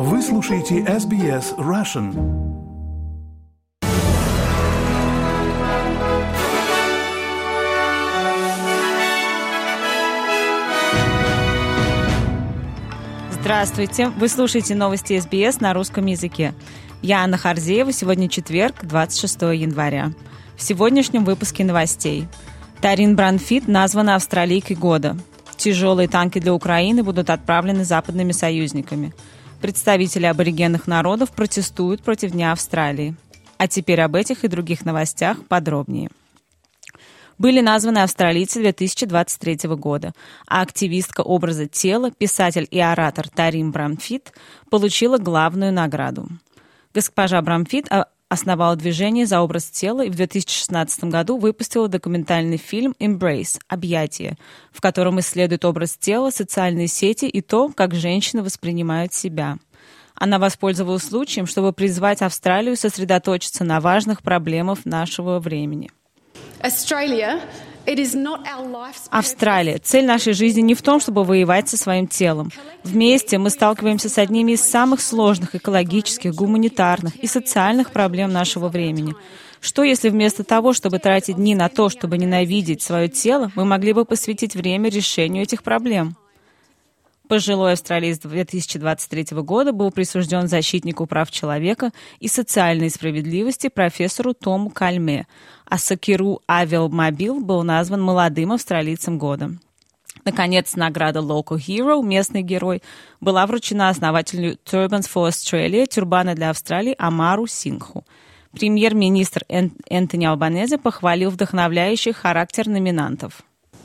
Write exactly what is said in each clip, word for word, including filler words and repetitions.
Вы слушаете эс би эс Russian. Здравствуйте! Вы слушаете новости эс би эс на русском языке. Я Анна Харзеева. Сегодня четверг, двадцать шестого января. В сегодняшнем выпуске новостей. Тарин Бранфит названа австралийкой года. Тяжелые танки для Украины будут отправлены западными союзниками. Представители аборигенных народов протестуют против Дня Австралии. А теперь об этих и других новостях подробнее. Были названы австралийцы две тысячи двадцать третьего года, а активистка образа тела, писатель и оратор Тарин Бранфит получила главную награду. Госпожа Бранфит основала движение за образ тела и в две тысячи шестнадцатом году выпустила документальный фильм «Embrace» «Объятие», в котором исследует образ тела, социальные сети и то, как женщины воспринимают себя. Она воспользовалась случаем, чтобы призвать Австралию сосредоточиться на важных проблемах нашего времени. Австралия. Цель нашей жизни не в том, чтобы воевать со своим телом. Вместе мы сталкиваемся с одними из самых сложных экологических, гуманитарных и социальных проблем нашего времени. Что, если вместо того, чтобы тратить дни на то, чтобы ненавидеть свое тело, мы могли бы посвятить время решению этих проблем? Пожилой австралиец две тысячи двадцать третьего года был присужден защитнику прав человека и социальной справедливости профессору Тому Кальме, а Сакиру Авилмобил был назван молодым австралийцем года. Наконец, награда Local Hero, местный герой, была вручена основателю Turbans for Australia, тюрбана для Австралии, Амару Сингху. Премьер-министр Эн- Энтони Албанезе похвалил вдохновляющий характер номинантов.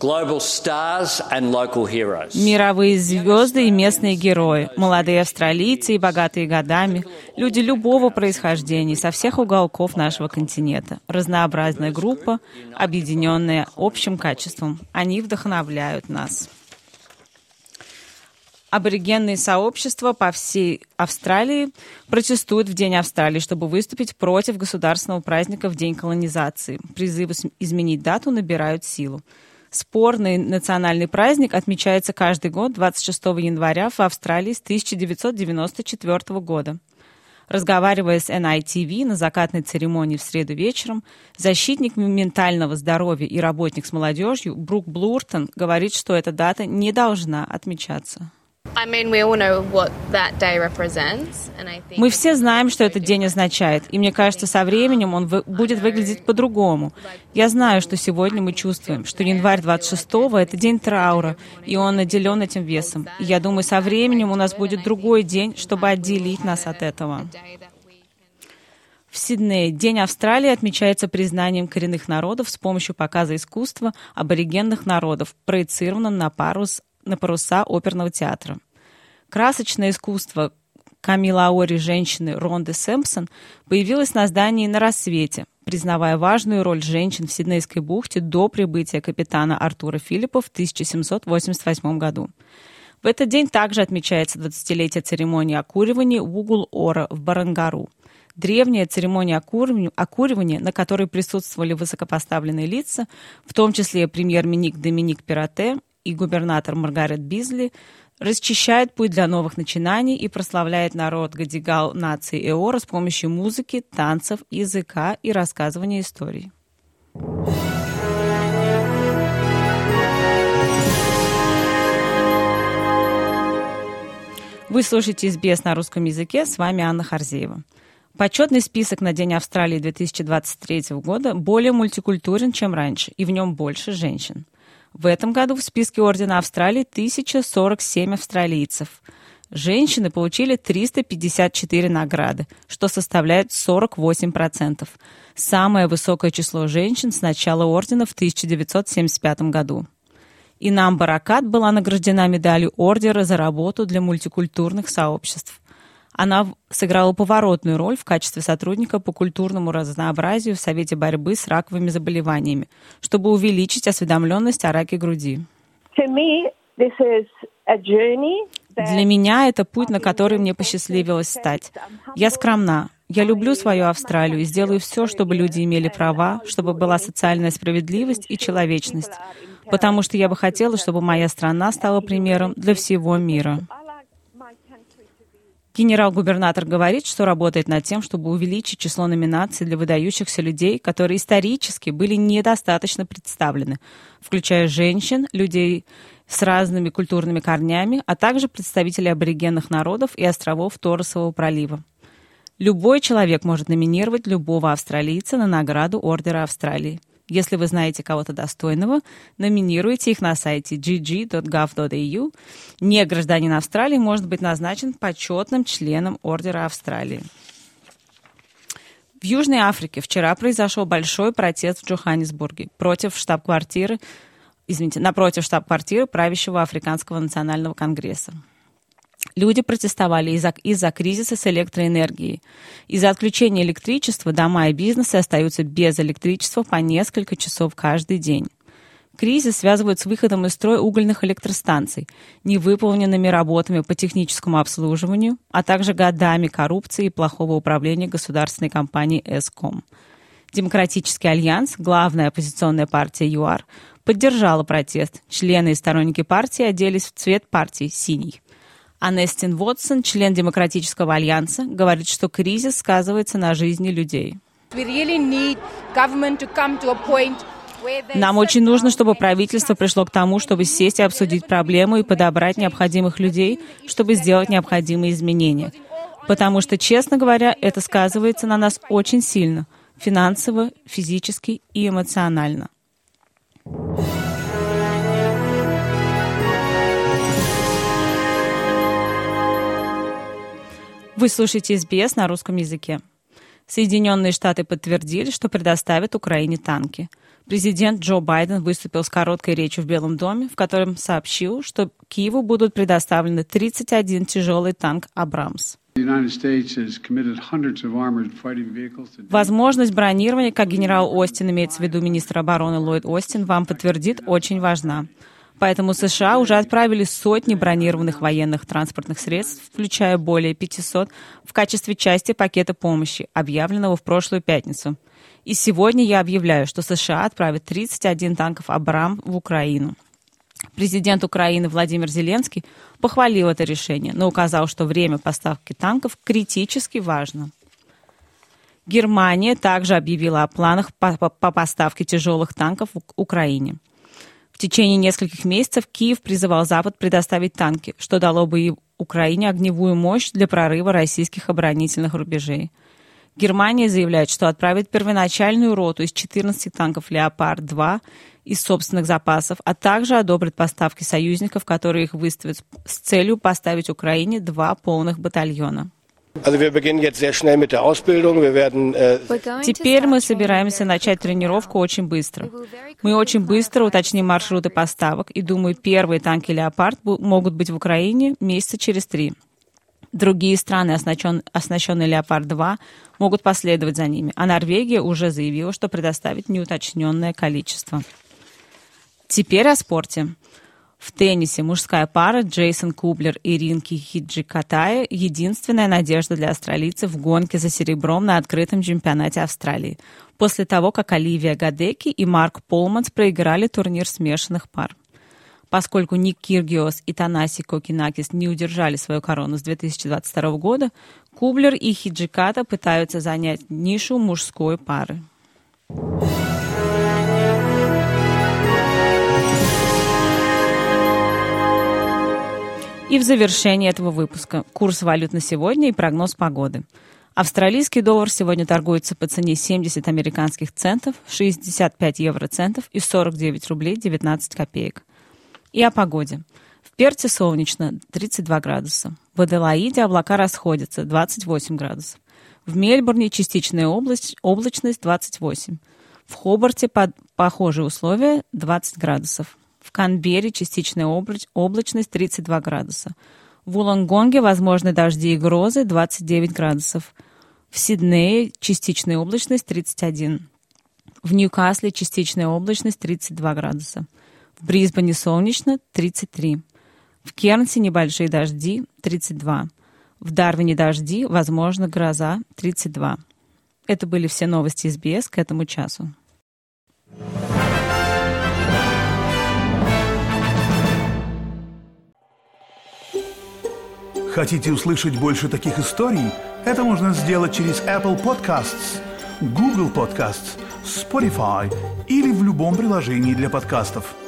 Мировые звезды и местные герои, молодые австралийцы и богатые годами, люди любого происхождения со всех уголков нашего континента. Разнообразная группа, объединенная общим качеством. Они вдохновляют нас. Аборигенные сообщества по всей Австралии протестуют в День Австралии, чтобы выступить против государственного праздника в День колонизации. Призывы изменить дату набирают силу. Спорный национальный праздник отмечается каждый год двадцать шестого января в Австралии с тысяча девятьсот девяносто четвёртого года. Разговаривая с эн ай ти ви на закатной церемонии в среду вечером, защитник ментального здоровья и работник с молодежью Брук Блуртон говорит, что эта дата не должна отмечаться. Мы все знаем, что этот день означает, и мне кажется, со временем он вы- будет выглядеть по-другому. Я знаю, что сегодня мы чувствуем, что январь двадцать шестого — это день траура, и он наделен этим весом. И я думаю, со временем у нас будет другой день, чтобы отделить нас от этого. В Сиднее День Австралии отмечается признанием коренных народов с помощью показа искусства аборигенных народов, проецированным на парус на паруса оперного театра. Красочное искусство камилаори женщины Ронды Сэмпсон появилось на здании на рассвете, признавая важную роль женщин в Сиднейской бухте до прибытия капитана Артура Филиппа в тысяча семьсот восемьдесят восьмом году. В этот день также отмечается двадцатилетие церемонии окуривания Вугул-Ора в Барангару. Древняя церемония окуривания, на которой присутствовали высокопоставленные лица, в том числе премьер-министр Доминик Перотте и губернатор Маргарет Бизли, расчищает путь для новых начинаний и прославляет народ Гадигал нации Эора с помощью музыки, танцев, языка и рассказывания историй. Вы слушаете эс би эс на русском языке, с вами Анна Харзеева. Почетный список на День Австралии две тысячи двадцать третьего года более мультикультурен, чем раньше, и в нем больше женщин. В этом году в списке Ордена Австралии тысяча сорок семь австралийцев. Женщины получили триста пятьдесят четыре награды, что составляет сорок восемь процентов. Самое высокое число женщин с начала Ордена в тысяча девятьсот семьдесят пятом году. Инам Баракат была награждена медалью Ордера за работу для мультикультурных сообществ. Она сыграла поворотную роль в качестве сотрудника по культурному разнообразию в Совете борьбы с раковыми заболеваниями, чтобы увеличить осведомленность о раке груди. Для меня это путь, на который мне посчастливилось стать. Я скромна. Я люблю свою Австралию и сделаю все, чтобы люди имели права, чтобы была социальная справедливость и человечность, потому что я бы хотела, чтобы моя страна стала примером для всего мира. Генерал-губернатор говорит, что работает над тем, чтобы увеличить число номинаций для выдающихся людей, которые исторически были недостаточно представлены, включая женщин, людей с разными культурными корнями, а также представителей аборигенных народов и островов Торресового пролива. Любой человек может номинировать любого австралийца на награду Ордера Австралии. Если вы знаете кого-то достойного, номинируйте их на сайте джи джи точка гов точка эй ю. Не гражданин Австралии может быть назначен почетным членом Ордера Австралии. В Южной Африке вчера произошел большой протест в Джоханнесбурге против штаб-квартиры, извините, напротив штаб-квартиры правящего Африканского национального конгресса. Люди протестовали из-за, из-за кризиса с электроэнергией. Из-за отключения электричества дома и бизнесы остаются без электричества по несколько часов каждый день. Кризис связывают с выходом из строя угольных электростанций, невыполненными работами по техническому обслуживанию, а также годами коррупции и плохого управления государственной компанией Эском. Демократический альянс, главная оппозиционная партия ЮАР, поддержала протест. Члены и сторонники партии оделись в цвет партии синий. Анестин Вотсон, член Демократического альянса, говорит, что кризис сказывается на жизни людей. Нам очень нужно, чтобы правительство пришло к тому, чтобы сесть и обсудить проблему и подобрать необходимых людей, чтобы сделать необходимые изменения. Потому что, честно говоря, это сказывается на нас очень сильно, финансово, физически и эмоционально. Вы слушаете эс би эс на русском языке. Соединенные Штаты подтвердили, что предоставят Украине танки. Президент Джо Байден выступил с короткой речью в Белом доме, в котором сообщил, что Киеву будут предоставлены тридцать один тяжелый танк «Абрамс». Возможность бронирования, как генерал Остин, имеется в виду министр обороны Ллойд Остин, вам подтвердит, очень важна. Поэтому США уже отправили сотни бронированных военных транспортных средств, включая более пятисот, в качестве части пакета помощи, объявленного в прошлую пятницу. И сегодня я объявляю, что США отправят тридцать один танков «Абрам» в Украину. Президент Украины Владимир Зеленский похвалил это решение, но указал, что время поставки танков критически важно. Германия также объявила о планах по, по, по поставке тяжелых танков в Украине. В течение нескольких месяцев Киев призывал Запад предоставить танки, что дало бы и Украине огневую мощь для прорыва российских оборонительных рубежей. Германия заявляет, что отправит первоначальную роту из четырнадцати танков «Леопард-два» из собственных запасов, а также одобрит поставки союзников, которые их выставят с целью поставить Украине два полных батальона. Теперь мы собираемся начать тренировку очень быстро. Мы очень быстро уточним маршруты поставок, и, думаю, первые танки «Леопард» могут быть в Украине месяца через три. Другие страны, оснащенные «Леопард-два», могут последовать за ними, а Норвегия уже заявила, что предоставит неуточненное количество. Теперь о спорте. В теннисе мужская пара Джейсон Кублер и Ринки Хиджикатае – единственная надежда для австралийцев в гонке за серебром на открытом чемпионате Австралии, после того, как Оливия Гадеки и Марк Полманс проиграли турнир смешанных пар. Поскольку Ник Киргиос и Танаси Кокинакис не удержали свою корону с две тысячи двадцать второго года, Кублер и Хиджиката пытаются занять нишу мужской пары. И в завершении этого выпуска курс валют на сегодня и прогноз погоды. Австралийский доллар сегодня торгуется по цене семьдесят американских центов, шестьдесят пять евроцентов и сорок девять рублей девятнадцать копеек. И о погоде. В Перте солнечно, тридцать два градуса. В Аделаиде облака расходятся, двадцать восемь градусов. В Мельбурне частичная область, облачность, двадцать восемь. В Хобарте под похожие условия, двадцать градусов. В Канберре частичная облач- облачность, тридцать два градуса. В Вулонгонге возможны дожди и грозы, двадцать девять градусов. В Сиднее частичная облачность, тридцать один. В Ньюкасле частичная облачность, тридцать два градуса. В Брисбене солнечно, тридцать три. В Кернсе небольшие дожди, тридцать два. В Дарвине дожди, возможно, гроза, тридцать два. Это были все новости эс би эс к этому часу. Хотите услышать больше таких историй? Это можно сделать через Apple Podcasts, Google Podcasts, Spotify или в любом приложении для подкастов.